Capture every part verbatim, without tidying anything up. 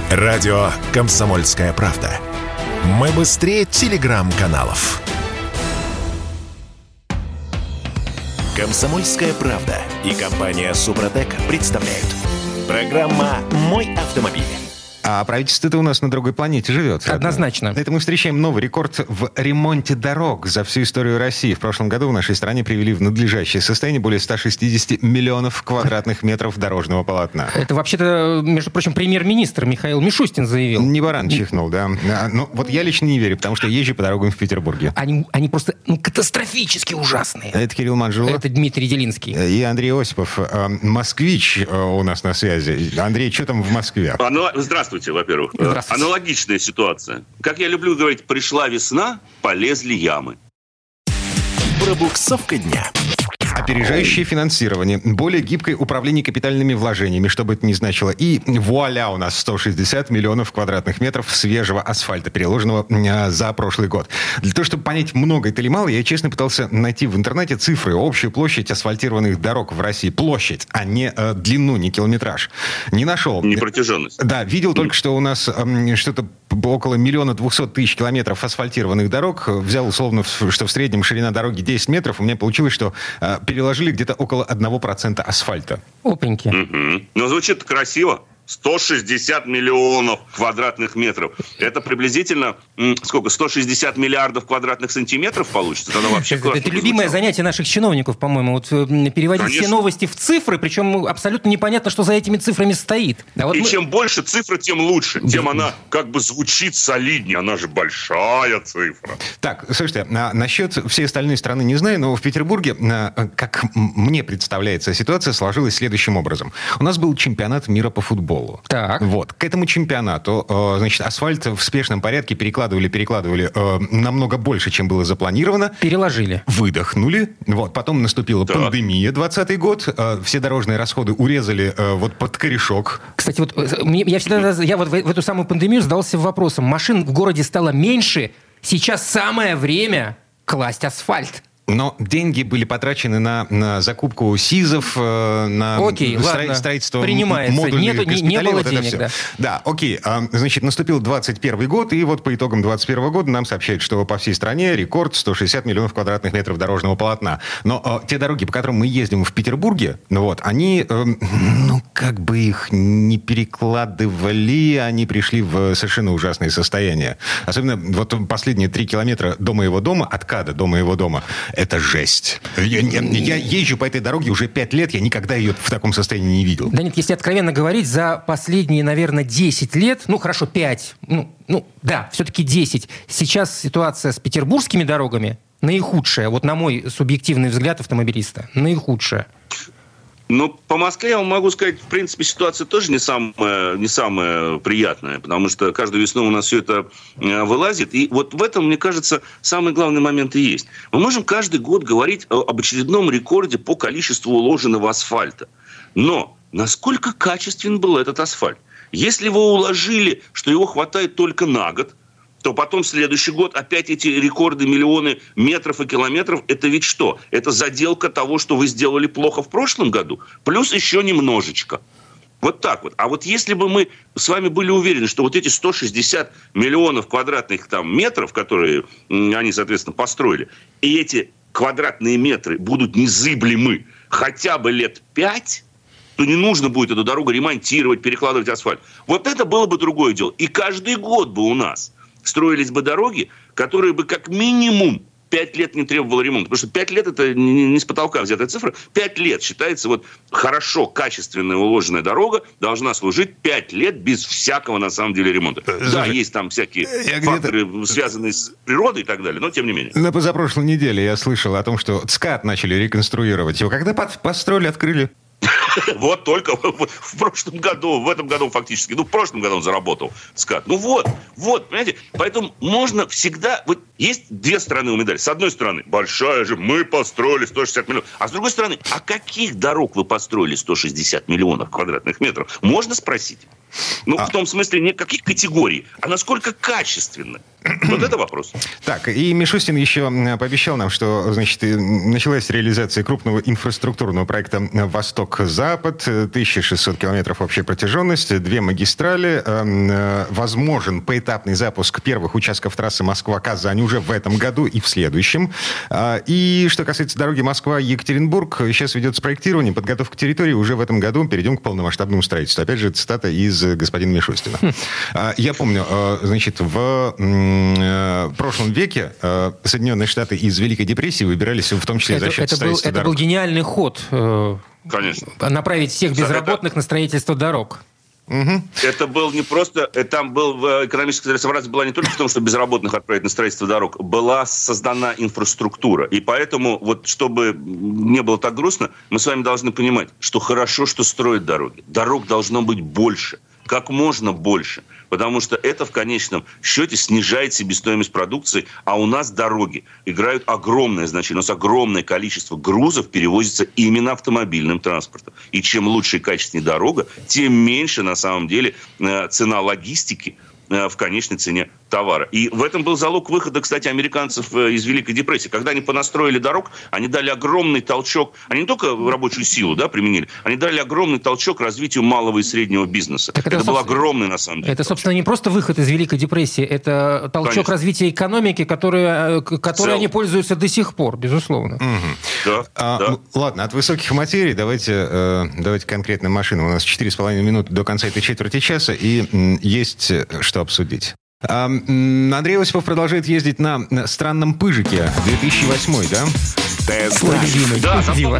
Радио «Комсомольская правда». Мы быстрее телеграм-каналов. «Комсомольская правда» и компания «Супротек» представляют. Программа «Мой автомобиль». А правительство-то у нас на другой планете живет. Однозначно. Это мы встречаем новый рекорд в ремонте дорог за всю историю России. В прошлом году в нашей стране привели в надлежащее состояние более ста шестидесяти миллионов квадратных метров дорожного полотна. Это вообще-то, между прочим, премьер-министр Михаил Мишустин заявил. Не баран чихнул, да. Ну, вот я лично не верю, потому что езжу по дорогам в Петербурге. Они, они просто ну, катастрофически ужасные. Это Кирилл Манжулов. Это Дмитрий Делинский. И Андрей Осипов. Москвич у нас на связи. Андрей, что там в Москве? Анал... Здравствуйте, во-первых. Здравствуйте. Аналогичная ситуация. Как я люблю говорить, пришла весна, полезли ямы. Пробуксовка дня. Опережающее финансирование, более гибкое управление капитальными вложениями, что бы это ни значило. И вуаля, у нас сто шестьдесят миллионов квадратных метров свежего асфальта, переложенного э, за прошлый год. Для того, чтобы понять, много это или мало, я честно пытался найти в интернете цифры, общую площадь асфальтированных дорог в России. Площадь, а не э, длину, не километраж. Не нашел. Не протяженность. Да, видел только, что у нас э, что-то около миллиона двухсот тысяч километров асфальтированных дорог. Взял условно, что в среднем ширина дороги десять метров. У меня получилось, что э, переложили где-то около одного процента асфальта. Опаньки. Угу. Но звучит красиво. сто шестьдесят миллионов квадратных метров. Это приблизительно, сколько, сто шестьдесят миллиардов квадратных сантиметров получится? Тогда вообще это это любимое звучало. занятие наших чиновников, по-моему. Вот, переводить Конечно. все новости в цифры, причем абсолютно непонятно, что за этими цифрами стоит. А вот И мы... чем больше цифра, тем лучше. Тем она как бы звучит солиднее. Она же большая цифра. Так, слушайте, а, насчет всей остальной страны не знаю, но в Петербурге, а, как мне представляется, ситуация сложилась следующим образом. У нас был чемпионат мира по футболу. Так. Вот. К этому чемпионату, э, значит, асфальт в спешном порядке перекладывали, перекладывали э, намного больше, чем было запланировано. Переложили. Выдохнули. Вот. Потом наступила Так. пандемия, двадцатый год. Э, все дорожные расходы урезали э, вот под корешок. Кстати, вот э, мне- я всегда я вот в, в эту самую пандемию задался вопросом. Машин в городе стало меньше. Сейчас самое время класть асфальт. Но деньги были потрачены на, на закупку СИЗов, э, на Окей, стро- ладно, строительство принимается. модульных Нету- не- не госпиталей. было вот это денег, все. да. Да, окей. А, значит, наступил двадцать первый год, и вот по итогам двадцать первого года нам сообщают, что по всей стране рекорд сто шестьдесят миллионов квадратных метров дорожного полотна. Но э, те дороги, по которым мы ездим в Петербурге, ну вот, они, э, ну, как бы их не перекладывали, они пришли в совершенно ужасное состояние. Особенно вот последние три километра до моего дома, от КАДа до моего дома, это жесть. Я, я, я езжу по этой дороге уже пять лет, я никогда ее в таком состоянии не видел. Да нет, если откровенно говорить, за последние, наверное, десять лет, ну, хорошо, пять, ну, ну да, все-таки десять, сейчас ситуация с петербургскими дорогами наихудшая, вот на мой субъективный взгляд автомобилиста, наихудшая. Ну, по Москве я вам могу сказать, в принципе, ситуация тоже не самая, не самая приятная, потому что каждую весну у нас все это э, вылазит. И вот в этом, мне кажется, самый главный момент и есть. Мы можем каждый год говорить о- об очередном рекорде по количеству уложенного асфальта. Но насколько качествен был этот асфальт? Если вы уложили, что его хватает только на год, то потом следующий год опять эти рекорды, миллионы метров и километров. Это ведь что? Это заделка того, что вы сделали плохо в прошлом году, плюс еще немножечко. Вот так вот. А вот если бы мы с вами были уверены, что вот эти сто шестьдесят миллионов квадратных там, метров, которые м, они, соответственно, построили, и эти квадратные метры будут незыблемы хотя бы лет пять, то не нужно будет эту дорогу ремонтировать, перекладывать асфальт. Вот это было бы другое дело. И каждый год бы у нас строились бы дороги, которые бы как минимум пять лет не требовало ремонта. Потому что пять лет – это не с потолка взятая цифра. пять лет считается, вот хорошо, качественная уложенная дорога должна служить пять лет без всякого, на самом деле, ремонта. Слушай, да, есть там всякие я факторы, связанные с природой и так далее, но тем не менее. На позапрошлой неделе я слышал о том, что ЦКАД начали реконструировать. Его когда под- построили, открыли? Вот только в прошлом году, в этом году фактически, ну, в прошлом году он заработал СКАД. Ну, вот, вот, понимаете? Поэтому можно всегда... Вот есть две стороны у медали. С одной стороны, большая же, мы построили сто шестьдесят миллионов. А с другой стороны, а каких дорог вы построили сто шестьдесят миллионов квадратных метров? Можно спросить. Ну, а... в том смысле, не каких категорий, а насколько качественно. Вот это вопрос. Так, и Мишустин еще пообещал нам, что, значит, началась реализация крупного инфраструктурного проекта «Восток-Запад». север-запад, тысяча шестьсот километров общая протяженность, две магистрали. Возможен поэтапный запуск первых участков трассы Москва-Казань уже в этом году и в следующем. И что касается дороги Москва-Екатеринбург, сейчас ведется проектирование, подготовка территории. Уже в этом году перейдем к полномасштабному строительству. Опять же, цитата из господина Мишустина. Я помню, значит, в прошлом веке Соединенные Штаты из Великой депрессии выбирались в том числе это, за счет это строительства был, дорог. Это был гениальный ход. Конечно. Направить всех безработных это... на строительство дорог. Угу. Это был не просто... Там был экономическая целесообразность была не только в том, что безработных отправить на строительство дорог. Была создана инфраструктура. И поэтому, вот чтобы не было так грустно, мы с вами должны понимать, что хорошо, что строят дороги. Дорог должно быть больше. Как можно больше. Потому что это в конечном счете снижает себестоимость продукции. А у нас дороги играют огромное значение. У нас огромное количество грузов перевозится именно автомобильным транспортом. И чем лучше и качественнее дорога, тем меньше на самом деле цена логистики в конечной цене товара. И в этом был залог выхода, кстати, американцев из Великой депрессии. Когда они понастроили дорог, они дали огромный толчок. Они не только рабочую силу, да, применили, они дали огромный толчок развитию малого и среднего бизнеса. Так это это был огромный, на самом деле. Это, собственно, не просто выход из Великой депрессии, это толчок Конечно. развития экономики, которой, которой они пользуются до сих пор, безусловно. Угу. Да, а, да. Ладно, от высоких материй давайте, э, давайте конкретно машину. У нас четыре с половиной минуты до конца этой четверти часа, и м, есть что обсудить. Андрей Осипов продолжает ездить на странном пыжике две тысячи восьмой, да? Тест-драйв. Да, забавно.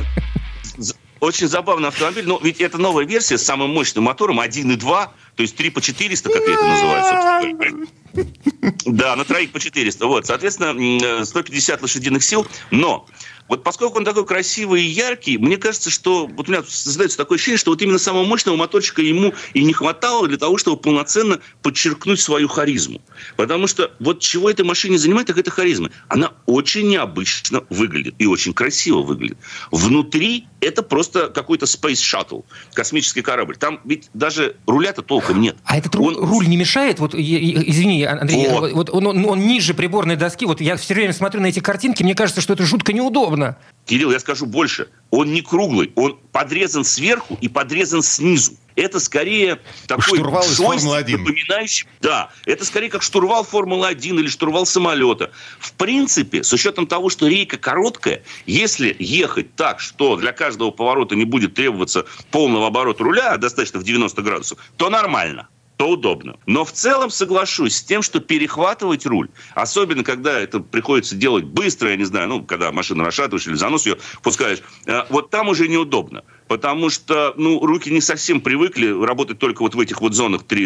Очень забавный автомобиль. Но ведь это новая версия с самым мощным мотором один и два, то есть три по четыреста, как я это называю, собственно. Да, на троих по четыреста. Вот, соответственно, сто пятьдесят лошадиных сил. Но вот поскольку он такой красивый и яркий, мне кажется, что вот у меня создается такое ощущение, что вот именно самого мощного моторчика ему и не хватало для того, чтобы полноценно подчеркнуть свою харизму. Потому что вот чего этой машине занимает, так это харизма. Она очень необычно выглядит и очень красиво выглядит. Внутри это просто какой-то space shuttle, космический корабль. Там ведь даже руля-то толком нет. А этот руль, он... руль не мешает? Вот, извини, Андрей, вот. Вот он, он, он ниже приборной доски. Вот я все время смотрю на эти картинки, мне кажется, что это жутко неудобно. Кирилл, я скажу больше. Он не круглый, он подрезан сверху и подрезан снизу. Это скорее такой штурвал из Формулы один. Напоминающий... Да, это скорее как штурвал Формулы один или штурвал самолета. В принципе, с учетом того, что рейка короткая, если ехать так, что для каждого поворота не будет требоваться полного оборота руля, а достаточно в девяносто градусов, то нормально. То удобно. Но в целом соглашусь с тем, что перехватывать руль, особенно когда это приходится делать быстро, я не знаю, ну, когда машину расшатываешь или занос ее пускаешь, вот там уже неудобно. Потому что, ну, руки не совсем привыкли работать только вот в этих вот зонах три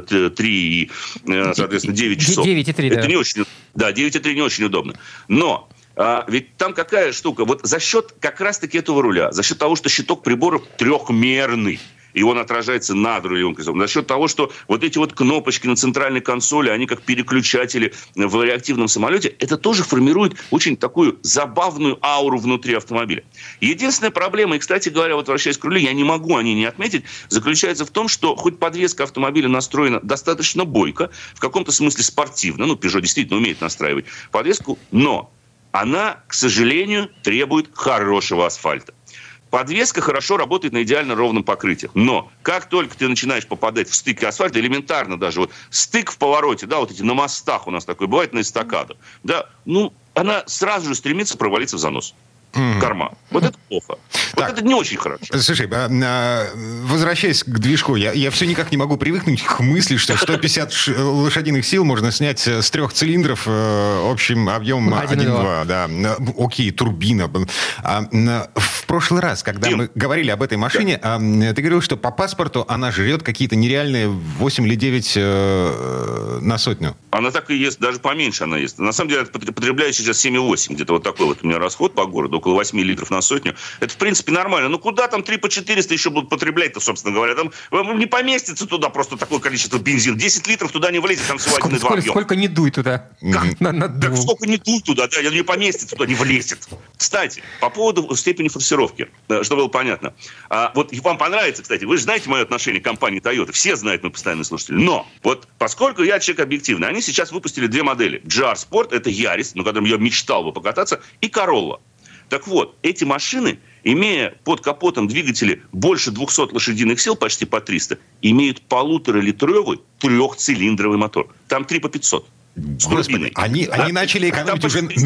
и, соответственно, девять часов. девять и три, это да. не очень, да, девять и три не очень удобно. Но а, ведь там какая штука? Вот за счет как раз-таки этого руля, за счет того, что щиток приборов трехмерный, и он отражается над рулевым колесом. За счет того, что вот эти вот кнопочки на центральной консоли, они как переключатели в реактивном самолете, это тоже формирует очень такую забавную ауру внутри автомобиля. Единственная проблема, и, кстати говоря, вот возвращаясь к рулю, я не могу о ней не отметить, заключается в том, что хоть подвеска автомобиля настроена достаточно бойко, в каком-то смысле спортивно, ну, Peugeot действительно умеет настраивать подвеску, но она, к сожалению, требует хорошего асфальта. Подвеска хорошо работает на идеально ровном покрытии. Но как только ты начинаешь попадать в стыки асфальта, элементарно даже, вот стык в повороте, да, вот эти на мостах у нас такой бывает, на эстакадо, да, ну, она сразу же стремится провалиться в занос. Mm. Корма. Вот это плохо. Вот так, это не очень хорошо. Слушай, возвращаясь к движку, я, я все никак не могу привыкнуть к мысли, что сто пятьдесят лошадиных сил можно снять с трех цилиндров общим объемом один и два. Да. Окей, турбина. В прошлый раз, когда Дим. мы говорили об этой машине, да. ты говорил, что по паспорту она жрет какие-то нереальные восемь или девять на сотню. Она так и ест, даже поменьше она ест. На самом деле, потребляю сейчас семь и восемь. Где-то вот такой вот у меня расход по городу, около восемь литров на сотню. Это, в принципе, нормально. Ну, куда там три по четыреста еще будут потреблять-то, собственно говоря? Там не поместится туда просто такое количество бензина. десять литров туда не влезет, там всего один и два объема. Сколько не дуй туда. Как? На, на так сколько не дуй туда, да, не поместится туда, не влезет. Кстати, по поводу степени форсировки, чтобы было понятно. А, вот вам понравится, кстати, вы же знаете мое отношение к компании Toyota. Все знают, мы постоянные слушатели. Но, вот, поскольку я человек объективный, они сейчас выпустили две модели. джи ар Sport, это Ярис, на котором я мечтал бы покататься, и Corolla. Так вот, эти машины, имея под капотом двигатели больше двухсот лошадиных сил, почти по триста, имеют полуторалитровый трехцилиндровый мотор. Там три по пятьсот. Господи, они, да? они начали экономить уже на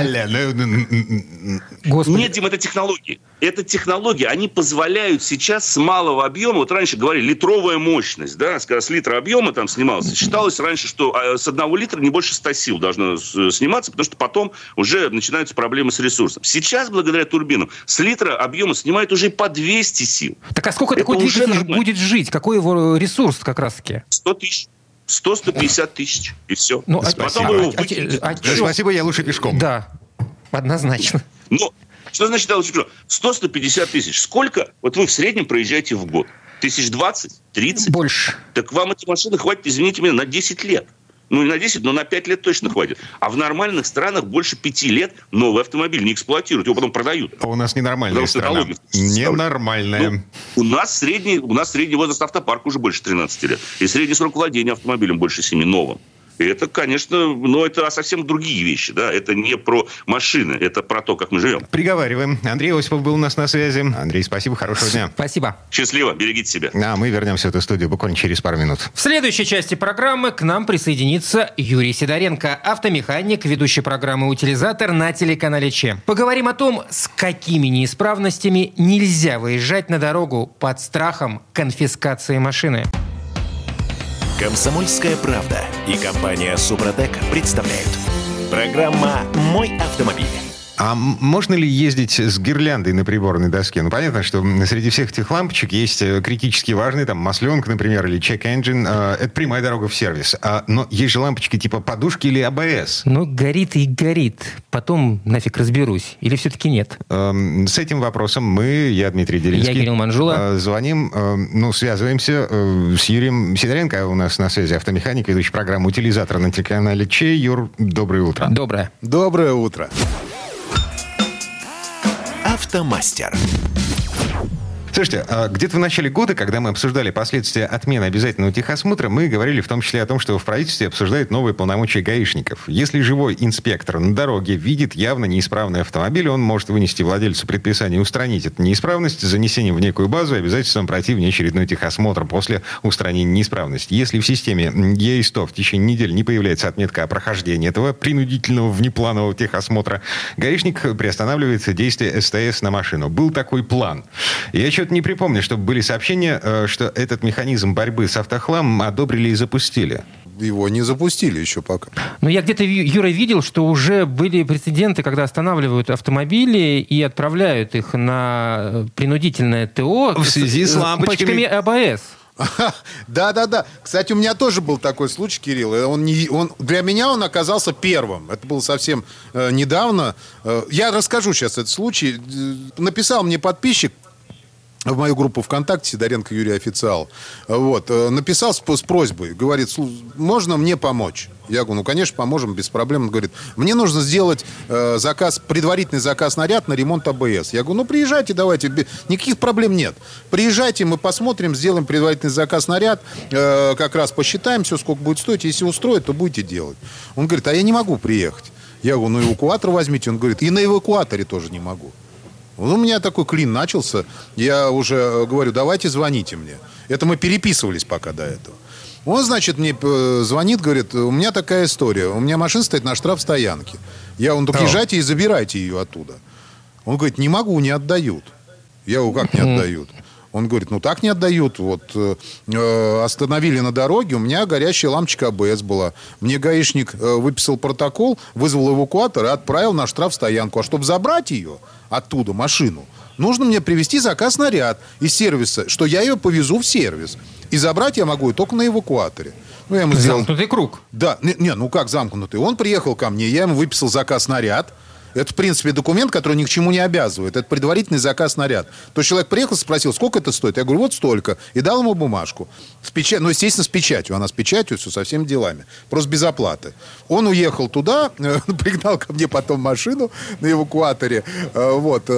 металле. Господи. Нет, Дим, это технологии. Это технологии. Они позволяют сейчас с малого объема, вот раньше говорили, литровая мощность, да, когда с литра объема там снималось, считалось раньше, что с одного литра не больше ста сил должно сниматься, потому что потом уже начинаются проблемы с ресурсом. Сейчас, благодаря турбинам, с литра объема снимают уже и по двести сил. Так а сколько это такой двигатель будет жить? Какой его ресурс как раз-таки? сто тысяч. сто - сто пятьдесят тысяч, и все. Ну, спасибо. Его а, а, а, спасибо, я лучше пешком. Да, однозначно. Ну, что значит я лучше пешком? сто - сто пятьдесят тысяч. Сколько? Вот вы в среднем проезжаете в год. Тысяч двадцать? Тридцать? Больше. Так вам эти машины хватит, извините меня, на десять лет. Ну, не на десять, но на пять лет точно хватит. А в нормальных странах больше пяти лет новый автомобиль не эксплуатируют, его потом продают. А у нас ненормальная страна. Ненормальная. Ну, у, нас средний, у нас средний возраст автопарка уже больше тринадцати лет. И средний срок владения автомобилем больше семи, новым. И это, конечно, но это совсем другие вещи. Да? Это не про машины, это про то, как мы живем. Приговариваем. Андрей Осипов был у нас на связи. Андрей, спасибо, хорошего дня. Спасибо. Счастливо, берегите себя. А мы вернемся в эту студию буквально через пару минут. В следующей части программы к нам присоединится Юрий Сидоренко, автомеханик, ведущий программы «Утилизатор» на телеканале ЧЕ. Поговорим о том, с какими неисправностями нельзя выезжать на дорогу под страхом конфискации машины. «Комсомольская правда» и компания «Супротек» представляют. Программа «Мой автомобиль». А можно ли ездить с гирляндой на приборной доске? Ну, понятно, что среди всех этих лампочек есть критически важные, там, масленка, например, или check-engine. Это прямая дорога в сервис. Но есть же лампочки типа подушки или АБС. Ну, горит и горит. Потом нафиг разберусь. Или все-таки нет? С этим вопросом мы, я Дмитрий Делинский. Я Кирилл Манжула. Звоним, ну, связываемся с Юрием Сидоренко. У нас на связи автомеханик, ведущий программу «Утилизатор» на телеканале ЧЕ. Юр, доброе утро. Доброе. Доброе утро. «Автомастер». Слушайте, где-то в начале года, когда мы обсуждали последствия отмены обязательного техосмотра, мы говорили в том числе о том, что в правительстве обсуждают новые полномочия гаишников. Если живой инспектор на дороге видит явно неисправный автомобиль, он может вынести владельцу предписание устранить эту неисправность с занесением в некую базу и обязательством пройти внеочередной техосмотр после устранения неисправности. Если в системе е и сто в течение недели не появляется отметка о прохождении этого принудительного внепланового техосмотра, гаишник приостанавливает действие эс тэ эс на машину. Был такой план. Я что-то не припомню, чтобы были сообщения, что этот механизм борьбы с автохламом одобрили и запустили. Его не запустили еще пока. Но я где-то, Юра, видел, что уже были прецеденты, когда останавливают автомобили и отправляют их на принудительное ТО в связи с лампочками АБС. Да-да-да. Кстати, у меня тоже был такой случай, Кирилл. Он не, он, для меня он оказался первым. Это было совсем э, недавно. Э, я расскажу сейчас этот случай. Написал мне подписчик в мою группу ВКонтакте, Сидоренко Юрий Официал, вот, написал с, с просьбой, говорит, можно мне помочь? Я говорю, ну, конечно, поможем, без проблем. Он говорит, мне нужно сделать э, заказ, предварительный заказ на ряд на ремонт АБС. Я говорю, ну, приезжайте, давайте, никаких проблем нет. Приезжайте, мы посмотрим, сделаем предварительный заказ на ряд, э, как раз посчитаем все, сколько будет стоить. Если устроит, то будете делать. Он говорит, а я не могу приехать. Я говорю, ну, эвакуатор возьмите. Он говорит, и на эвакуаторе тоже не могу. Ну, у меня такой клин начался. Я уже говорю, давайте звоните мне. Это мы переписывались пока до этого. Он, значит, мне звонит, говорит, у меня такая история. У меня машина стоит на штрафстоянке. Я говорю, ну, так езжайте и забирайте ее оттуда. Он говорит, не могу, не отдают. Я говорю, как не отдают? Он говорит, ну так не отдают. Вот э, остановили на дороге, у меня горящая лампочка АБС была. Мне гаишник э, выписал протокол, вызвал эвакуатор и отправил на штрафстоянку. А чтобы забрать ее оттуда, машину, нужно мне привезти заказ на ряд из сервиса, что я ее повезу в сервис. И забрать я могу ее только на эвакуаторе. Ну, я ему сделал... Замкнутый круг. Да, не, не, ну как замкнутый? Он приехал ко мне, я ему выписал заказ на ряд. Это, в принципе, документ, который ни к чему не обязывает. Это предварительный заказ на ряд. То есть человек приехал, спросил, сколько это стоит? Я говорю, вот столько. И дал ему бумажку. С печать... Ну, естественно, с печатью. Она с печатью, все, со всеми делами. Просто без оплаты. Он уехал туда, пригнал ко мне потом машину на эвакуаторе. Вот.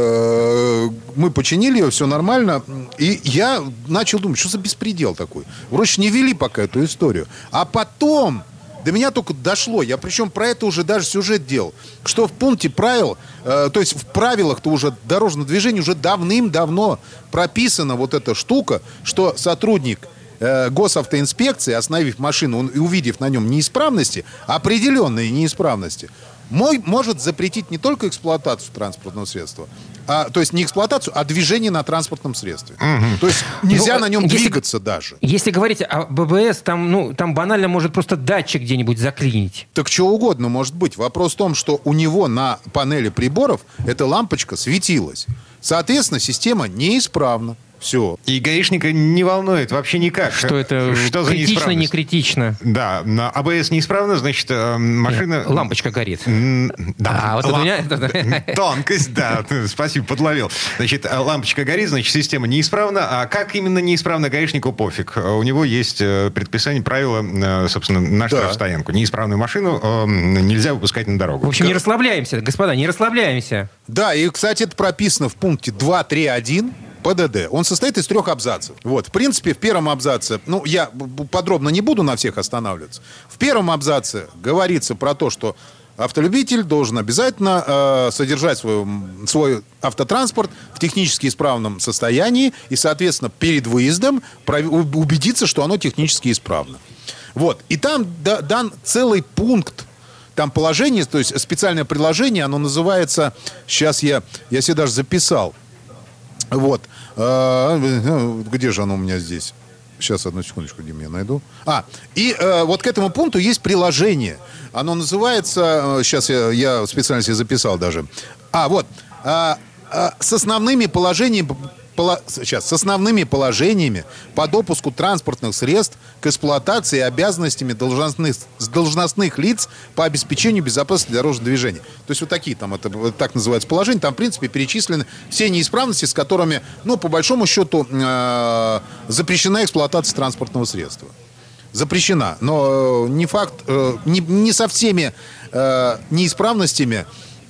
Мы починили ее, все нормально. И я начал думать, что за беспредел такой? Вроде не вели пока эту историю. А потом... До меня только дошло, я причем про это уже даже сюжет делал, что в пункте правил, э, то есть в правилах-то уже дорожного движения уже давным-давно прописана вот эта штука, что сотрудник э, госавтоинспекции, остановив машину и увидев на нем неисправности, определенные неисправности, мой, может запретить не только эксплуатацию транспортного средства, а, то есть не эксплуатацию, а движение на транспортном средстве. Угу. То есть нельзя ну, на нем если, двигаться даже. Если говорить о ББС, там, ну, там банально может просто датчик где-нибудь заклинить. Так что угодно может быть. Вопрос в том, что у него на панели приборов эта лампочка светилась. Соответственно, система неисправна. Все. И гаишника не волнует вообще никак. Что это что критично, не критично. Да, на АБС неисправно, значит, машина... Нет, лампочка горит. Да. А, вот это у меня... Тонкость, да. Спасибо, подловил. Значит, лампочка горит, значит, система неисправна. А как именно неисправна, гаишнику пофиг. У него есть предписание, правила, собственно, на штрафстоянку. Неисправную машину нельзя выпускать на дорогу. В общем, не расслабляемся, господа, не расслабляемся. Да, и, кстати, это прописано в пункте два точка три точка один ПДД. Он состоит из трех абзацев. Вот. В принципе, в первом абзаце, ну, я подробно не буду на всех останавливаться. В первом абзаце говорится про то, что автолюбитель должен обязательно э, содержать свой, свой автотранспорт в технически исправном состоянии и, соответственно, перед выездом убедиться, что оно технически исправно. Вот. И там да, дан целый пункт. Там положение, то есть специальное приложение, оно называется, сейчас я, я себе даже записал. Вот. Где же оно у меня здесь? Сейчас, одну секундочку, где я найду. А, и э, вот к этому пункту есть приложение. Оно называется... Сейчас я, я специально себе записал даже. А, вот. Э, э, с основными положениями... Поло, сейчас. С основными положениями по допуску транспортных средств к эксплуатации и обязанностями должностных, должностных лиц по обеспечению безопасности дорожного движения. То есть вот такие там, это так называется положение. Там, в принципе, перечислены все неисправности, с которыми, ну, по большому счету, э, запрещена эксплуатация транспортного средства. Запрещена. Но э, не факт, э, не, не со всеми э, неисправностями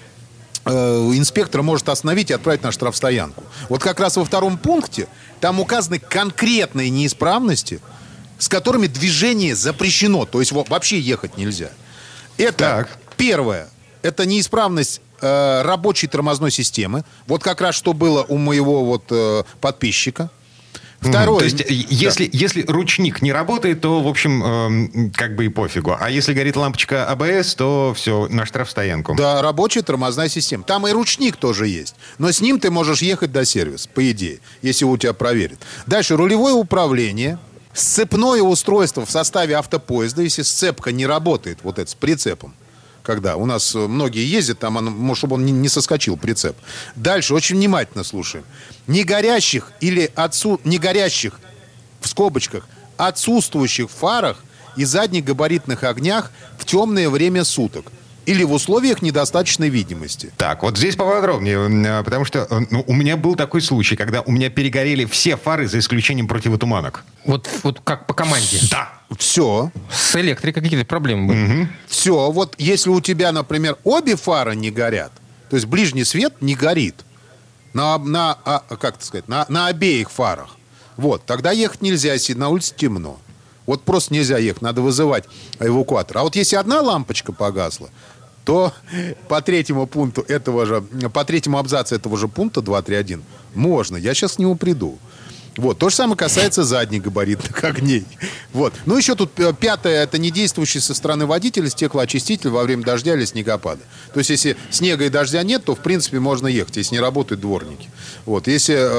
инспектор может остановить и отправить на штрафстоянку. Вот как раз во втором пункте там указаны конкретные неисправности, с которыми движение запрещено. То есть вообще ехать нельзя. Это так. Первое. Это неисправность э, рабочей тормозной системы. Вот как раз что было у моего вот, э, подписчика. Второе. То есть, если, да. если ручник не работает, то, в общем, э, как бы и пофигу. А если горит лампочка АБС, то все, на штрафстоянку. Да, рабочая тормозная система. Там и ручник тоже есть. Но с ним ты можешь ехать до сервиса, по идее, если его у тебя проверят. Дальше, рулевое управление. Сцепное устройство в составе автопоезда, если сцепка не работает, вот это с прицепом. Когда у нас многие ездят, там, он, чтобы он не, не соскочил, прицеп. Дальше, очень внимательно слушаем. Не горящих или отсу... не горящих, в скобочках, отсутствующих фарах и задних габаритных огнях в темное время суток. Или в условиях недостаточной видимости. Так, вот здесь поподробнее, потому что ну, у меня был такой случай, когда у меня перегорели все фары за исключением противотуманок. Вот, вот как по команде? Да. Все. С электрикой какие-то проблемы были. Угу. Все. Вот если у тебя, например, обе фары не горят, то есть ближний свет не горит на, на, а, как это сказать, на, на обеих фарах, вот, тогда ехать нельзя, если на улице темно. Вот просто нельзя ехать, надо вызывать эвакуатор. А вот если одна лампочка погасла, то по третьему пункту этого же, по третьему абзацу этого же пункта два точка три точка один можно. Я сейчас к нему приду. Вот. То же самое касается задних габаритных огней. Вот. Ну, еще тут пятое, это не действующий со стороны водителя стеклоочиститель во время дождя или снегопада. То есть, если снега и дождя нет, то, в принципе, можно ехать, если не работают дворники. Вот. Если, э,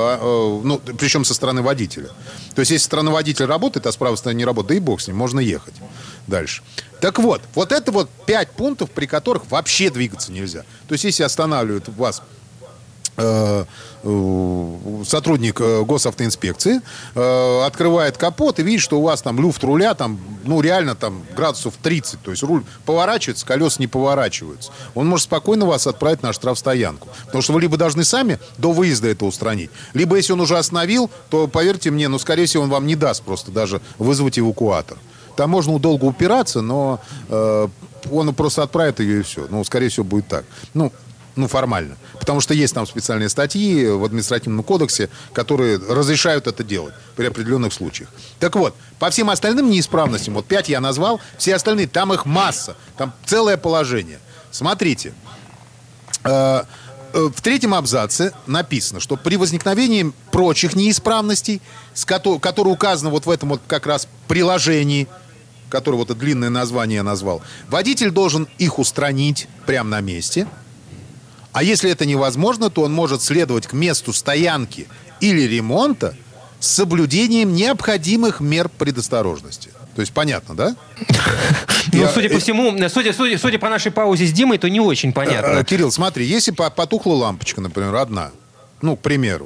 э, ну, причем со стороны водителя. То есть, если со стороны водителя работает, а с правой стороны не работает, да и бог с ним, можно ехать дальше. Так вот, вот это вот пять пунктов, при которых вообще двигаться нельзя. То есть, если останавливают вас сотрудник госавтоинспекции э, открывает капот и видит, что у вас там люфт руля там, ну, реально там градусов тридцать. То есть руль поворачивается, колеса не поворачиваются. Он может спокойно вас отправить на штрафстоянку. Потому что вы либо должны сами до выезда это устранить, либо если он уже остановил, то, поверьте мне, ну, скорее всего, он вам не даст просто даже вызвать эвакуатор. Там можно долго упираться, но э, он просто отправит ее и все. Ну, скорее всего, будет так. Ну, Ну, формально. Потому что есть там специальные статьи в административном кодексе, которые разрешают это делать при определенных случаях. Так вот, по всем остальным неисправностям, вот пять я назвал, все остальные, там их масса, там целое положение. Смотрите, э, э, в третьем абзаце написано, что при возникновении прочих неисправностей, с ко- которые указаны вот в этом вот как раз приложении, которое вот это длинное название я назвал, водитель должен их устранить прямо на месте. А если это невозможно, то он может следовать к месту стоянки или ремонта с соблюдением необходимых мер предосторожности. То есть понятно, да? Ну, судя по всему, судя, судя, судя по нашей паузе с Димой, то не очень понятно. Кирилл, смотри, если потухла лампочка, например, одна, ну, к примеру,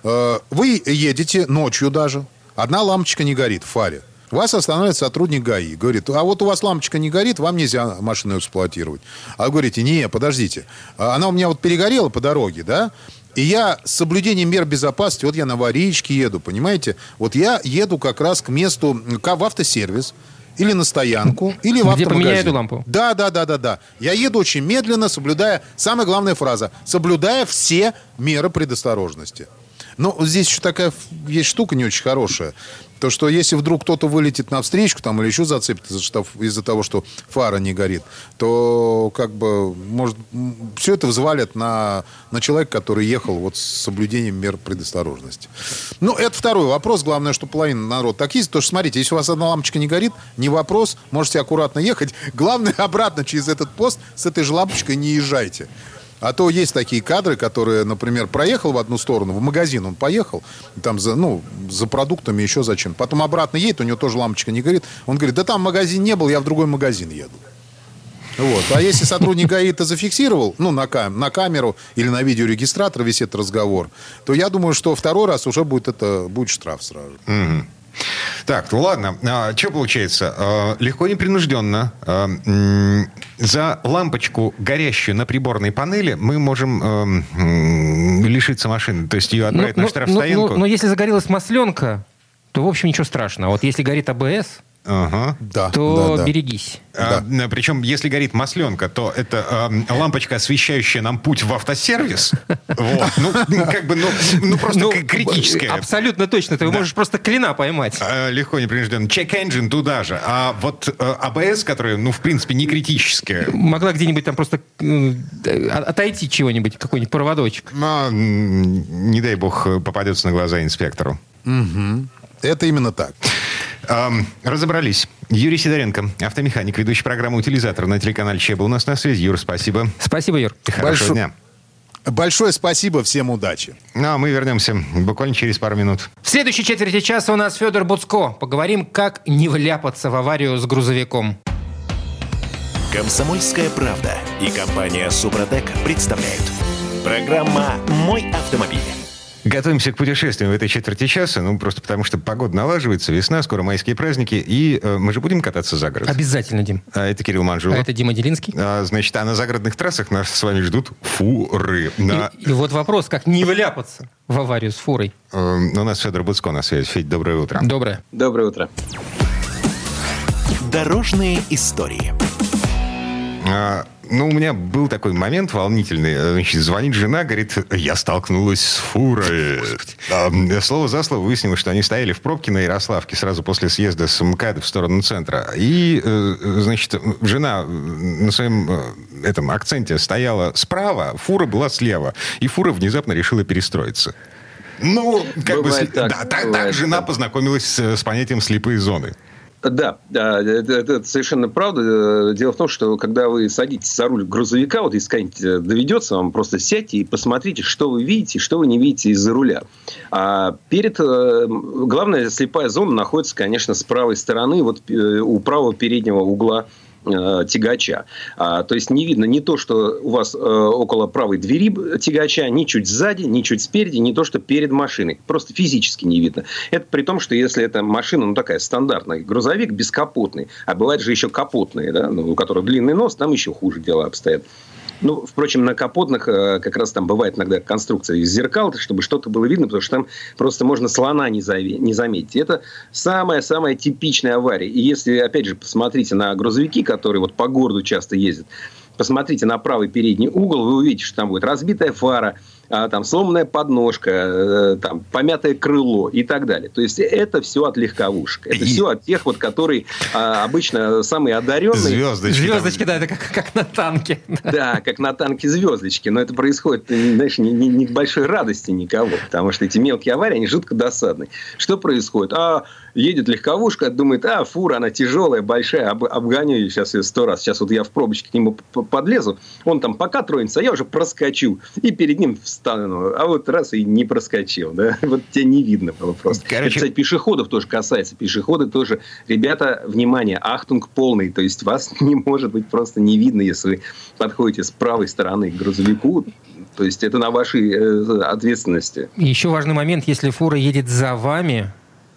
вы едете ночью даже, одна лампочка не горит в фаре. Вас останавливает сотрудник ГАИ. Говорит, а вот у вас лампочка не горит, вам нельзя машину эксплуатировать. А вы говорите, не, подождите. Она у меня вот перегорела по дороге, да? И я с соблюдением мер безопасности, вот я на аварийке еду, понимаете? Вот я еду как раз к месту, в автосервис, или на стоянку, или в автомагазин. Где поменяют лампу? Да, да, да, да, да. Я еду очень медленно, соблюдая, самая главная фраза, соблюдая все меры предосторожности. Но здесь еще такая есть штука не очень хорошая. То, что если вдруг кто-то вылетит на встречку там, или еще зацепит из-за, из-за того, что фара не горит, то как бы может, все это взвалят на, на человека, который ехал вот с соблюдением мер предосторожности. Ну, это второй вопрос. Главное, что половина народа так ездит. Потому что, смотрите, если у вас одна лампочка не горит, не вопрос, можете аккуратно ехать. Главное, обратно через этот пост с этой же лампочкой не езжайте. А то есть такие кадры, которые, например, проехал в одну сторону, в магазин он поехал, там за, ну, за продуктами, еще зачем. Потом обратно едет, у него тоже лампочка не горит. Он говорит, да там магазин не был, я в другой магазин еду. Вот. А если сотрудник ГАИ это зафиксировал, ну, на, кам- на камеру или на видеорегистратор висит разговор, то я думаю, что второй раз уже будет, это, будет штраф сразу. Mm-hmm. Так, ну ладно. А, что получается? А, легко, непринужденно. А, м- за лампочку, горящую на приборной панели, мы можем а, м- лишиться машины. То есть ее отправить ну, на штрафстоянку. Ну, ну, но если загорелась масленка, то, в общем, ничего страшного. Вот если горит АБС, Ага. Да, то да, да. берегись. А, Да. Причем, если горит масленка, то это э, лампочка, освещающая нам путь в автосервис. Вот. Ну, как бы, ну, ну просто Ну, критическая. Абсолютно точно. Ты Да. можешь просто клина поймать. Э, Легко, непринужденно. Check-engine туда же. А вот э, АБС, которая, ну, в принципе, не критическая. Могла где-нибудь там просто э, отойти чего-нибудь, какой-нибудь проводочек. Но, м, не дай бог, попадется на глаза инспектору. Угу. Это именно так. Эм, разобрались. Юрий Сидоренко, автомеханик, ведущий программу «Утилизатор» на телеканале ЧЕ был у нас на связи. Юр, спасибо. Спасибо, Юр. Хорошего Большое- дня. Большое спасибо, всем удачи. Ну, а мы вернемся буквально через пару минут. В следующей четверти часа у нас Федор Буцко. Поговорим, как не вляпаться в аварию с грузовиком. «Комсомольская правда» и компания «Супротек» представляют. Программа «Мой автомобиль». Готовимся к путешествиям в этой четверти часа, ну, просто потому что погода налаживается, весна, скоро майские праздники, и э, мы же будем кататься за город. Обязательно, Дим. А это Кирилл Манжулов. А это Дима Делинский. А, значит, а на загородных трассах нас с вами ждут фуры. На... И, и вот вопрос, как не вляпаться в аварию с фурой. Э, у нас Федор Буцко на связи. Федь, доброе утро. Доброе. Доброе утро. Дорожные истории. А, ну, у меня был такой момент волнительный. Значит, звонит жена, говорит, я столкнулась с фурой. А, слово за слово выяснилось, что они стояли в пробке на Ярославке сразу после съезда с МКАДа в сторону центра. И, значит, жена на своем этом акценте стояла справа, фура была слева. И фура внезапно решила перестроиться. Ну, как Бывает бы... так, да, так, бывает так жена так. познакомилась с, с понятием «слепые зоны». Да, да, это, это совершенно правда. Дело в том, что когда вы садитесь за руль грузовика, вот если когда-нибудь доведется вам, просто сядьте и посмотрите, что вы видите, что вы не видите из-за руля. А перед... Главная слепая зона находится, конечно, с правой стороны, вот у правого переднего угла тягача. А, то есть не видно не то, что у вас э, около правой двери тягача, ни чуть сзади, ни чуть спереди, не то, что перед машиной. Просто физически не видно. Это при том, что если эта машина, ну такая стандартная, грузовик бескапотный, а бывает же еще капотные, да, ну, у которых длинный нос, там еще хуже дела обстоят. Ну, впрочем, на капотных как раз там бывает иногда конструкция из зеркал, чтобы что-то было видно, потому что там просто можно слона не заметить. Это самая-самая типичная авария. И если, опять же, посмотрите на грузовики, которые вот по городу часто ездят, посмотрите на правый передний угол, вы увидите, что там будет разбитая фара, там сломанная подножка, там помятое крыло и так далее. То есть это все от легковушек. Это и... все от тех, вот, которые а, обычно самые одаренные. Звездочки. Звездочки, да, это как, как на танке. Да, как на танке звездочки. Но это происходит, знаешь, не, не, не к большой радости никого, потому что эти мелкие аварии, они жутко досадные. Что происходит? А едет легковушка, думает, а, фура, она тяжелая, большая, об, обгоню ее сейчас ее сто раз. Сейчас вот я в пробочке к нему подлезу, он там пока тронется, а я уже проскочу. И перед ним встану. А вот раз и не проскочил. Да? Вот тебя не видно было просто. Короче... Это, кстати, пешеходов тоже касается. Пешеходы тоже. Ребята, внимание, ахтунг полный. То есть вас не может быть просто не видно, если вы подходите с правой стороны к грузовику. То есть это на вашей э, ответственности. Еще важный момент, если фура едет за вами,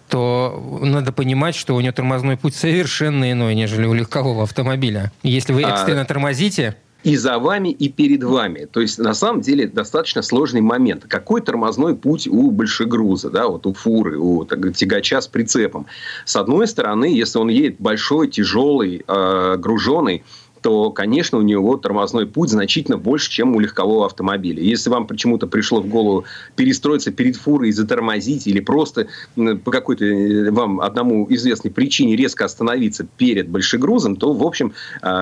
то надо понимать, что у нее тормозной путь совершенно иной, нежели у легкового автомобиля. Если вы экстренно а... тормозите... И за вами, и перед вами. То есть, на самом деле, достаточно сложный момент. Какой тормозной путь у большегруза, да, вот у фуры, у так, тягача с прицепом? С одной стороны, если он едет большой, тяжелый, э, груженый, то, конечно, у него тормозной путь значительно больше, чем у легкового автомобиля. Если вам почему-то пришло в голову перестроиться перед фурой и затормозить, или просто по какой-то вам одному известной причине резко остановиться перед большегрузом, то, в общем,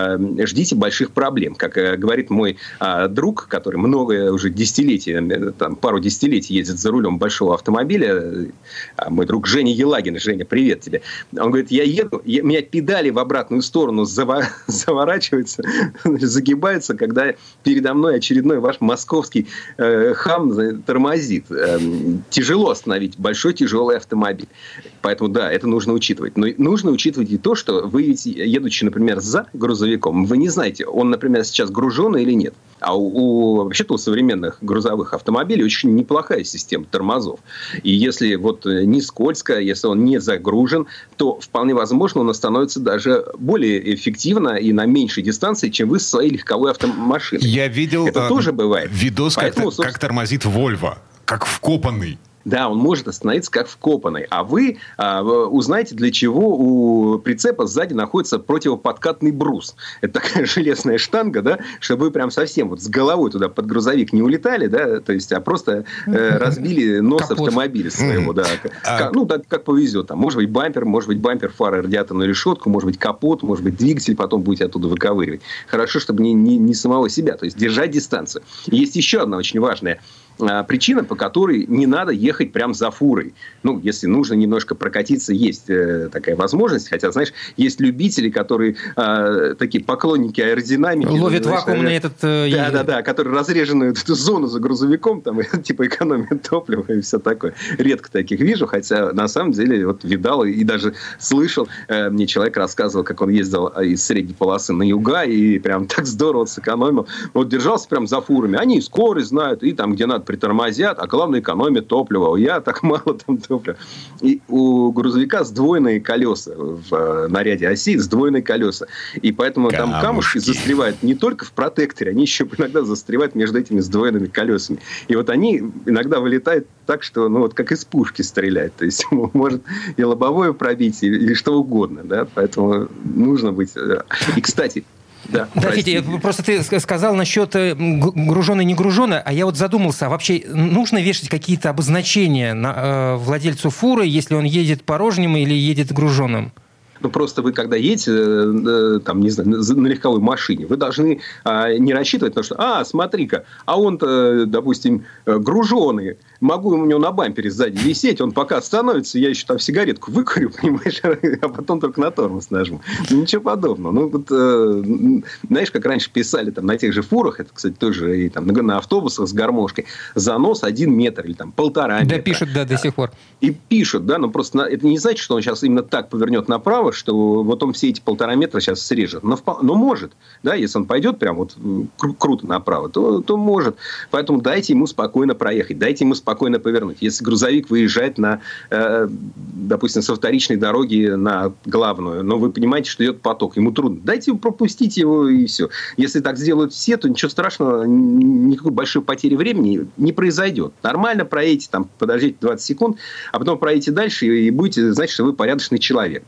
ждите больших проблем. Как говорит мой друг, который много уже десятилетий, там, пару десятилетий ездит за рулем большого автомобиля, мой друг Женя Елагин. Женя, привет тебе. Он говорит, я еду, я, меня педали в обратную сторону заворачивают, загибается, когда передо мной очередной ваш московский э, хам тормозит. Э, тяжело остановить большой тяжелый автомобиль. Поэтому, да, это нужно учитывать. Но нужно учитывать и то, что вы, едучи, например, за грузовиком, вы не знаете, он, например, сейчас груженный или нет. А у, у, вообще-то у современных грузовых автомобилей очень неплохая система тормозов. И если вот не скользко, если он не загружен, то вполне возможно он становится даже более эффективно и на меньшей дистанции, чем вы со своей легковой автомашиной. Я видел Это а, тоже бывает. видос, Поэтому, как, собственно... как тормозит Volvo, как вкопанный. Да, он может остановиться как вкопанный. А вы а, узнаете, для чего у прицепа сзади находится противоподкатный брус. Это такая железная штанга, да, чтобы вы прям совсем вот с головой туда под грузовик не улетали, да, то есть, а просто э, разбили нос Капот. автомобиля своего. Да. А... Ну, так как повезет. Там, может быть, бампер, может быть, бампер, фара, радиаторную решетку, может быть, капот, может быть, двигатель потом будете оттуда выковыривать. Хорошо, чтобы не, не, не самого себя. То есть, держать дистанцию. И есть еще одна очень важная причина, по которой не надо ехать прям за фурой. Ну, если нужно немножко прокатиться, есть э, такая возможность. Хотя, знаешь, есть любители, которые э, такие поклонники аэродинамики. Ловят вакуумный этот... Э, Да-да-да, которые разреженную эту зону за грузовиком, там, типа экономия топлива и все такое. Редко таких вижу, хотя на самом деле вот видал и даже слышал. Э, мне человек рассказывал, как он ездил из средней полосы на юга и прям так здорово сэкономил. Вот держался прям за фурами. Они скорость знают, и там, где надо, притормозят, а главное, экономят топливо. Я так мало там топлива. И у грузовика сдвоенные колеса в наряде оси, сдвоенные колеса. И поэтому Камушки. там камушки застревают не только в протекторе, они еще иногда застревают между этими сдвоенными колесами. И вот они иногда вылетают так, что, ну, вот как из пушки стреляют. То есть, может и лобовое пробить, и что угодно. Да? Поэтому нужно быть... И, кстати... Да, да, Федя, просто ты сказал насчет груженый, не груженый, а я вот задумался, а вообще нужно вешать какие-то обозначения на, э, владельцу фуры, если он едет порожним или едет груженым? Ну, просто вы, когда едете, э, там, не знаю, на легковой машине, вы должны э, не рассчитывать на то, что, а, смотри-ка, а он-то, допустим, груженый, могу у него на бампере сзади висеть, он пока становится, я еще там сигаретку выкурю, понимаешь, а потом только на тормоз нажму. Ну, ничего подобного. Ну, вот, э, знаешь, как раньше писали там на тех же фурах, это, кстати, тоже и там на, на автобусах с гармошкой, занос один метр или там полтора метра. Да, пишут, да, до сих пор. И пишут, да, но просто это не значит, что он сейчас именно так повернет направо, что вот он все эти полтора метра сейчас срежет. Но, но может, да, если он пойдет прям вот кру- круто направо, то, то может. Поэтому дайте ему спокойно проехать, дайте ему спокойно повернуть. Если грузовик выезжает на, э, допустим, со вторичной дороги на главную, но вы понимаете, что идет поток, ему трудно, дайте ему пропустить его и все. Если так сделают все, то ничего страшного, никакой большой потери времени не произойдет. Нормально проедете, там, подождите двадцать секунд, а потом проедете дальше и будете знать, что вы порядочный человек. Потому что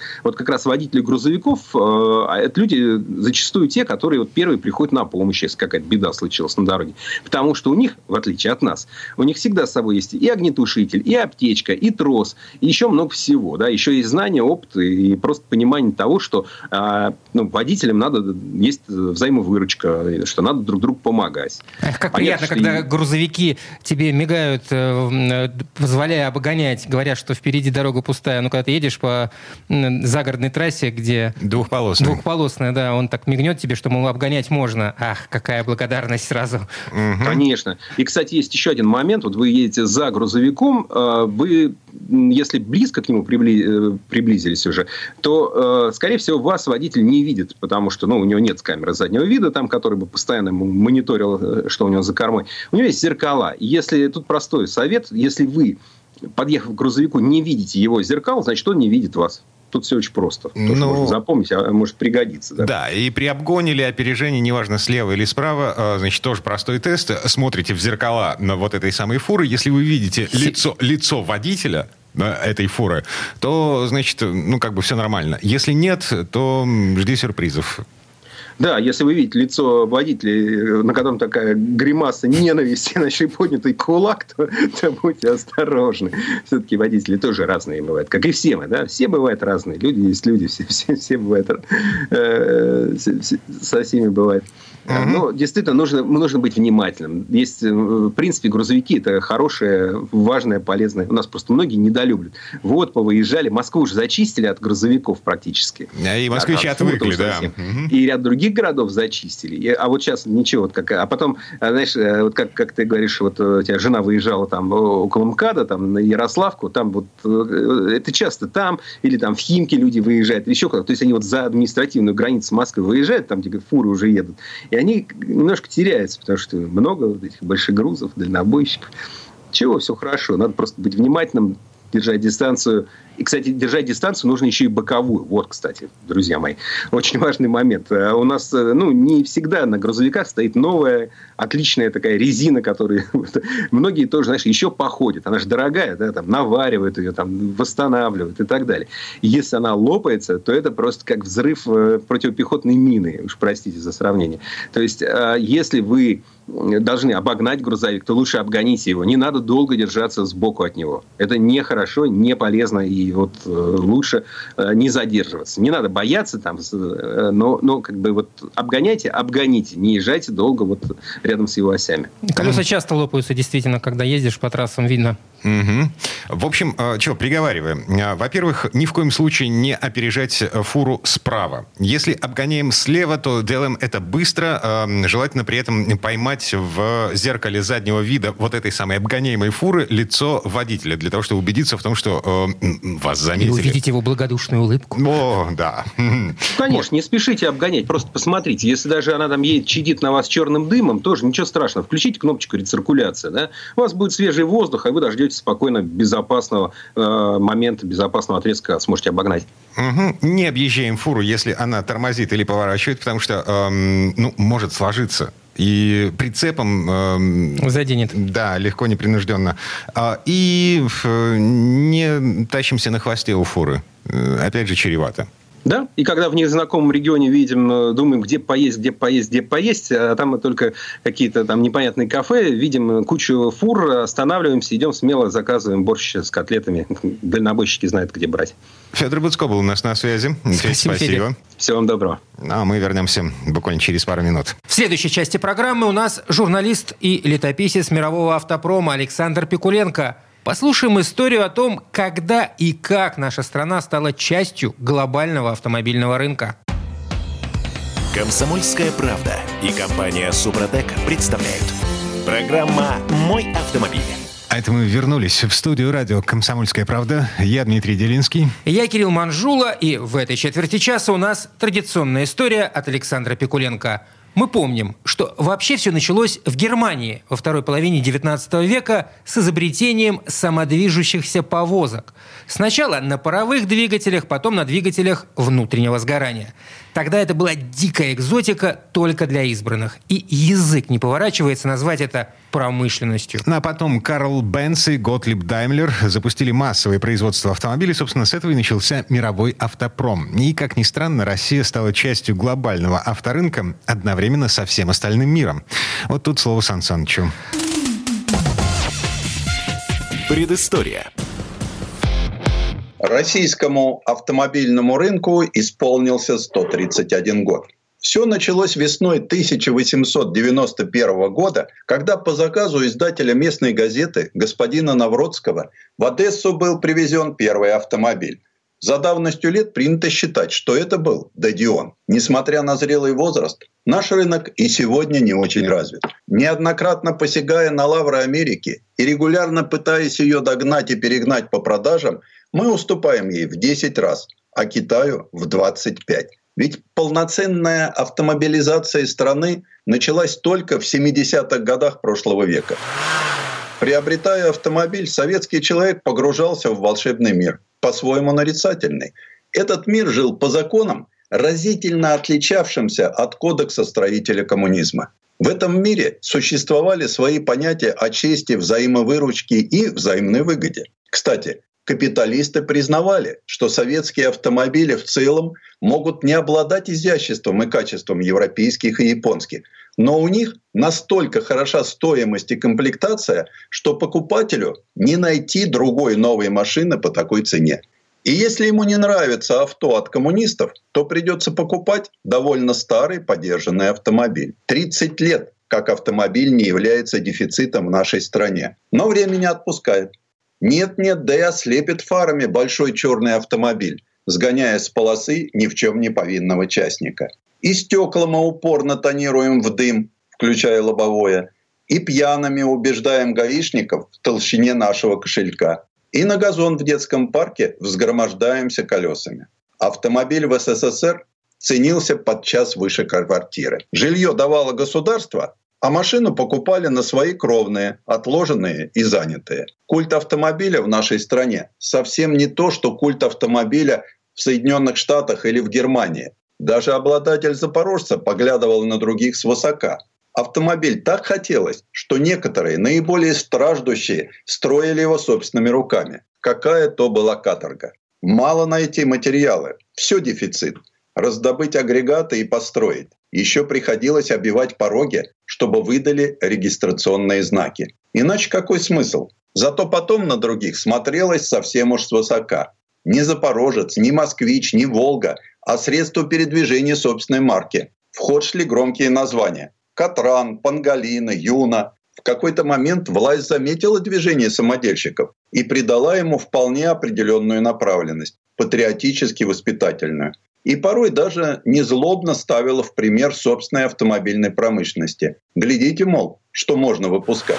вот как раз водители грузовиков, э, это люди зачастую те, которые вот первые приходят на помощь, если какая-то беда случилась на дороге. Потому что у них, в отличие от нас, у них всегда с собой есть и огнетушитель, и аптечка, и трос, и еще много всего. Да? Еще есть знания, опыт и просто понимание того, что э, ну, водителям надо, есть взаимовыручка, что надо друг другу помогать. Эх, как Понятно, приятно, когда и... грузовики тебе мигают, э, позволяя обгонять, говорят, что впереди дорога пустая. Ну, когда ты едешь по загородной трассе, где... Двухполосная. Двухполосная, да. Он так мигнет тебе, что, мол, обгонять можно. Ах, какая благодарность сразу. Угу. Конечно. И, кстати, есть еще один момент. Вот вы едете за грузовиком, вы, если близко к нему прибли... приблизились уже, то, скорее всего, вас водитель не видит, потому что ну, у него нет камеры заднего вида, там, который бы постоянно мониторил, что у него за кормой. У него есть зеркала. Если тут простой совет, если вы, подъехав к грузовику, не видите его зеркал, значит, он не видит вас. Тут все очень просто. Тоже ну, можно запомнить, а может пригодиться. Да? Да, и при обгоне или опережении, неважно, слева или справа, значит, тоже простой тест. Смотрите в зеркала на вот этой самой фуры. Если вы видите лицо, лицо водителя этой фуры, то, значит, ну, как бы все нормально. Если нет, то жди сюрпризов. Да, если вы видите лицо водителя, на котором такая гримаса ненависти, иначе поднятый кулак, то, то будьте осторожны. Все-таки водители тоже разные бывают, как и все мы, да, все бывают разные. Люди есть люди, все, все, все бывают, э, все, все, со всеми бывает. Uh-huh. Но действительно нужно, нужно быть внимательным. Есть, в принципе, грузовики это хорошее, важное, полезное. У нас просто многие недолюбят. Вот, повыезжали. Москву уже зачистили от грузовиков практически. И москвичи а, отвыкли, да. Uh-huh. И ряд других городов зачистили. И, а вот сейчас ничего. Вот как, а потом, знаешь, вот как, как ты говоришь, вот у тебя жена выезжала там около МКАДа, там на Ярославку, там вот это часто там, или там в Химки люди выезжают, или еще куда-то. То есть они вот за административную границу Москвы выезжают, там где фуры уже едут. И они немножко теряются, потому что много вот этих больших грузов, дальнобойщиков. Чего, все хорошо. Надо просто быть внимательным, держать дистанцию. И, кстати, держать дистанцию нужно еще и боковую. Вот, кстати, друзья мои, очень важный момент. У нас, ну, не всегда на грузовиках стоит новая, отличная такая резина, которую многие тоже, знаешь, еще походят. Она же дорогая, да, там, наваривают ее, там, восстанавливают и так далее. И если она лопается, то это просто как взрыв противопехотной мины. Уж простите за сравнение. То есть, если вы должны обогнать грузовик, то лучше обгоните его. Не надо долго держаться сбоку от него. Это нехорошо, не полезно, и вот э, лучше э, не задерживаться. Не надо бояться там, э, но, но как бы вот обгоняйте, обгоните, не езжайте долго вот рядом с его осями. Колеса часто лопаются, действительно, когда ездишь по трассам, видно. Угу. В общем, что, приговариваем. Во-первых, ни в коем случае не опережать фуру справа. Если обгоняем слева, то делаем это быстро. Желательно при этом поймать в зеркале заднего вида вот этой самой обгоняемой фуры лицо водителя, для того, чтобы убедиться в том, что э, вас заметили. И увидеть его благодушную улыбку. О, да. Конечно, не спешите обгонять. Просто посмотрите. Если даже она там едет, чадит на вас черным дымом, тоже ничего страшного. Включите кнопочку рециркуляция. Да? У вас будет свежий воздух, а вы дождетесь спокойно безопасного э, момента, безопасного отрезка, сможете обогнать. Угу. Не объезжаем фуру, если она тормозит или поворачивает, потому что э, ну, может сложиться. И прицепом... Э, заденет. Да, легко, непринужденно. Э, и э, не тащимся на хвосте у фуры. Э, опять же, чревато. Да, и когда в незнакомом регионе видим, думаем, где поесть, где поесть, где поесть, а там только какие-то там непонятные кафе, видим кучу фур, останавливаемся, идем смело, заказываем борщ с котлетами. Дальнобойщики знают, где брать. Федор Буцко был у нас на связи. Спасибо. Спасибо. Всего вам доброго. А мы вернемся буквально через пару минут. В следующей части программы у нас журналист и летописец мирового автопрома Александр Пикуленко. Послушаем историю о том, когда и как наша страна стала частью глобального автомобильного рынка. «Комсомольская правда» и компания «Супротек» представляют. Программа «Мой автомобиль». А это мы вернулись в студию радио «Комсомольская правда». Я Дмитрий Делинский. Я Кирилл Манжула. И в этой четверти часа у нас традиционная история от Александра Пикуленко. Мы помним, что вообще все началось в Германии во второй половине девятнадцатого века с изобретением самодвижущихся повозок. Сначала на паровых двигателях, потом на двигателях внутреннего сгорания. Тогда это была дикая экзотика только для избранных. И язык не поворачивается назвать это промышленностью. Ну, а потом Карл Бенц и Готлиб Даймлер запустили массовое производство автомобилей. Собственно, с этого и начался мировой автопром. И, как ни странно, Россия стала частью глобального авторынка одновременно со всем остальным миром. Вот тут слово Сан Санычу. Предыстория. Российскому автомобильному рынку исполнился сто тридцать один год. Все началось весной тысяча восемьсот девяносто первого года, когда по заказу издателя местной газеты господина Навродского в Одессу был привезен первый автомобиль. За давностью лет принято считать, что это был Дадион. Несмотря на зрелый возраст, наш рынок и сегодня не очень развит. Неоднократно посягая на лавры Америки и регулярно пытаясь ее догнать и перегнать по продажам, мы уступаем ей в десять раз, а Китаю в двадцать пять. Ведь полноценная автомобилизация страны началась только в семидесятых годах прошлого века. Приобретая автомобиль, советский человек погружался в волшебный мир, по-своему нарицательный. Этот мир жил по законам, разительно отличавшимся от кодекса строителя коммунизма. В этом мире существовали свои понятия о чести, взаимовыручке и взаимной выгоде. Кстати, капиталисты признавали, что советские автомобили в целом могут не обладать изяществом и качеством европейских и японских, но у них настолько хороша стоимость и комплектация, что покупателю не найти другой новой машины по такой цене. И если ему не нравится авто от коммунистов, то придется покупать довольно старый подержанный автомобиль. тридцать лет, как автомобиль не является дефицитом в нашей стране. Но время не отпускает. Нет-нет, да и ослепит фарами большой черный автомобиль, сгоняя с полосы ни в чем не повинного частника. И стекла мы упорно тонируем в дым, включая лобовое, и пьяными убеждаем гаишников в толщине нашего кошелька. И на газон в детском парке взгромождаемся колесами. Автомобиль в СССР ценился подчас выше квартиры. Жилье давало государство, а машину покупали на свои кровные, отложенные и занятые. Культ автомобиля в нашей стране совсем не то, что культ автомобиля в Соединенных Штатах или в Германии. Даже обладатель «Запорожца» поглядывал на других свысока. Автомобиль так хотелось, что некоторые, наиболее страждущие, строили его собственными руками. Какая то была каторга. Мало найти материалы. Все дефицит. Раздобыть агрегаты и построить. Еще приходилось обивать пороги, чтобы выдали регистрационные знаки. Иначе какой смысл? Зато потом на других смотрелось совсем уж свысока. Ни «Запорожец», ни «Москвич», ни «Волга», а средства передвижения собственной марки. В ход шли громкие названия. «Катран», «Панголина», «Юна». В какой-то момент власть заметила движение самодельщиков и придала ему вполне определенную направленность, патриотически-воспитательную. И порой даже незлобно ставила в пример собственной автомобильной промышленности. Глядите, мол, что можно выпускать.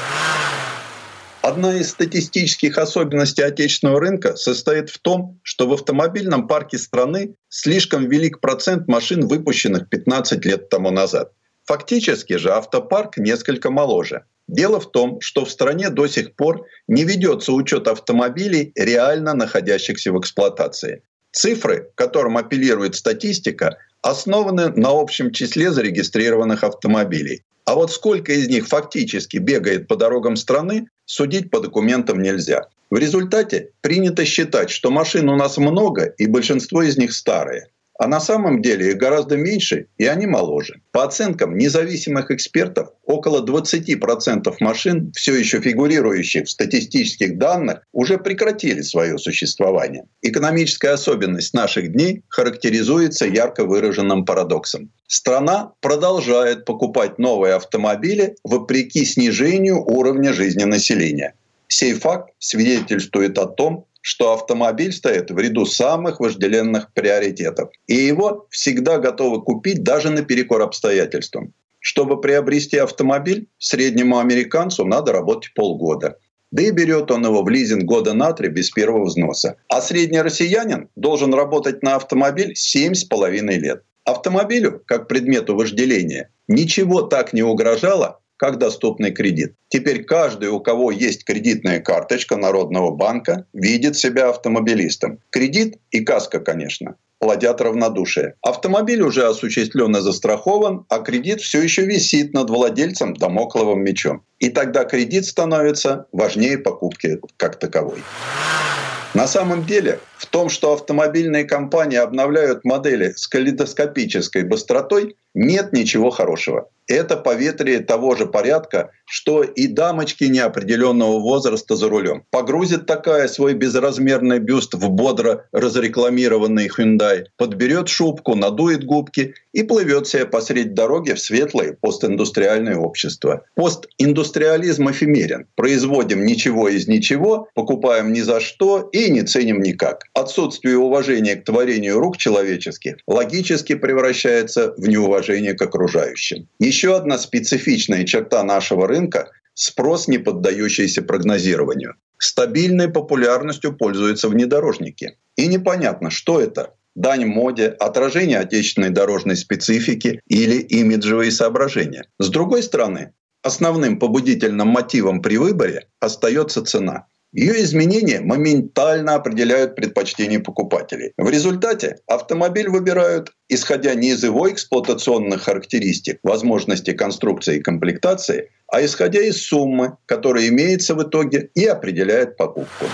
Одна из статистических особенностей отечественного рынка состоит в том, что в автомобильном парке страны слишком велик процент машин, выпущенных пятнадцать лет тому назад. Фактически же автопарк несколько моложе. Дело в том, что в стране до сих пор не ведется учет автомобилей, реально находящихся в эксплуатации. Цифры, к которым апеллирует статистика, основаны на общем числе зарегистрированных автомобилей. А вот сколько из них фактически бегает по дорогам страны, судить по документам нельзя. В результате принято считать, что машин у нас много, и большинство из них старые. А на самом деле их гораздо меньше, и они моложе. По оценкам независимых экспертов, около двадцать процентов машин, все еще фигурирующих в статистических данных, уже прекратили свое существование. Экономическая особенность наших дней характеризуется ярко выраженным парадоксом. Страна продолжает покупать новые автомобили вопреки снижению уровня жизни населения. Сей факт свидетельствует о том, что автомобиль стоит в ряду самых вожделенных приоритетов. И его всегда готовы купить даже наперекор обстоятельствам. Чтобы приобрести автомобиль, среднему американцу надо работать полгода. Да и берет он его в лизинг года на три без первого взноса. А средний россиянин должен работать на автомобиль семь с половиной лет. Автомобилю, как предмету вожделения, ничего так не угрожало, как доступный кредит. Теперь каждый, у кого есть кредитная карточка Народного банка, видит себя автомобилистом. Кредит и каска, конечно, плодят равнодушие. Автомобиль уже осуществлен и застрахован, а кредит все еще висит над владельцем дамокловым мечом. И тогда кредит становится важнее покупки как таковой. На самом деле, в том, что автомобильные компании обновляют модели с калейдоскопической быстротой, нет ничего хорошего. Это поветрие того же порядка, что и дамочки неопределенного возраста за рулем. Погрузит такая свой безразмерный бюст в бодро разрекламированный Hyundai, подберет шубку, надует губки и плывет себе посредь дороги в светлое постиндустриальное общество. Постиндустриализм эфемерен. Производим ничего из ничего, покупаем ни за что и не ценим никак. Отсутствие уважения к творению рук человеческих логически превращается в неуважение к окружающим. Еще одна специфичная черта нашего рынка – спрос, не поддающийся прогнозированию. Стабильной популярностью пользуются внедорожники. И непонятно, что это – дань моде, отражение отечественной дорожной специфики или имиджевые соображения. С другой стороны, основным побудительным мотивом при выборе остается цена. Ее изменения моментально определяют предпочтения покупателей. В результате автомобиль выбирают, исходя не из его эксплуатационных характеристик, возможностей конструкции и комплектации, а исходя из суммы, которая имеется в итоге и определяет покупку.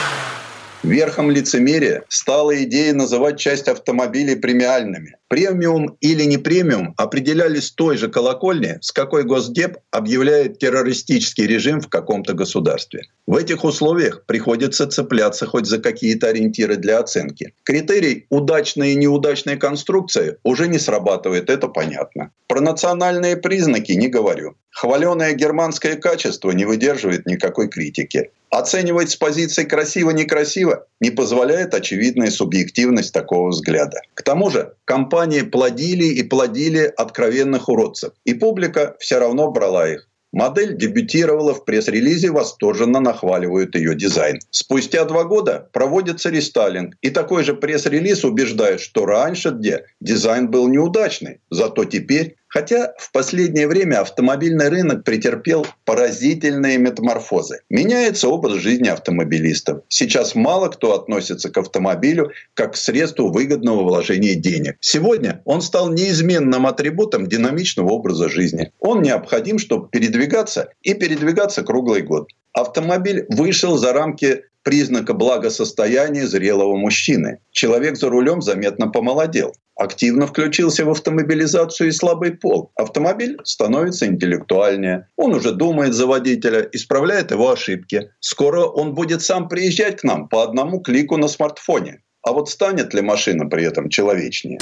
Верхом лицемерия стала идея называть часть автомобилей премиальными. Премиум или не премиум определялись с той же колокольни, с какой Госдеп объявляет террористический режим в каком-то государстве. В этих условиях приходится цепляться хоть за какие-то ориентиры для оценки. Критерий «удачная и неудачная конструкция» уже не срабатывает, это понятно. Про национальные признаки не говорю. Хваленое германское качество не выдерживает никакой критики. Оценивать с позиции «красиво-некрасиво» не позволяет очевидная субъективность такого взгляда. К тому же компании плодили и плодили откровенных уродцев, и публика все равно брала их. Модель дебютировала в пресс-релизе, восторженно нахваливают ее дизайн. Спустя два года проводится рестайлинг, и такой же пресс-релиз убеждает, что раньше где дизайн был неудачный, зато теперь... Хотя в последнее время автомобильный рынок претерпел поразительные метаморфозы. Меняется образ жизни автомобилистов. Сейчас мало кто относится к автомобилю как к средству выгодного вложения денег. Сегодня он стал неизменным атрибутом динамичного образа жизни. Он необходим, чтобы передвигаться и передвигаться круглый год. Автомобиль вышел за рамки признака благосостояния зрелого мужчины. Человек за рулем заметно помолодел. Активно включился в автомобилизацию и слабый пол. Автомобиль становится интеллектуальнее. Он уже думает за водителя, исправляет его ошибки. Скоро он будет сам приезжать к нам по одному клику на смартфоне. А вот станет ли машина при этом человечнее?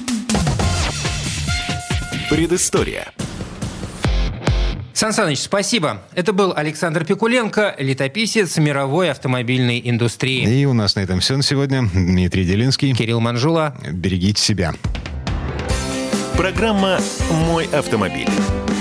Предыстория. Сан Саныч, спасибо. Это был Александр Пикуленко, летописец мировой автомобильной индустрии. И у нас на этом все на сегодня. Дмитрий Делинский. Кирилл Манжула. Берегите себя. Программа «Мой автомобиль».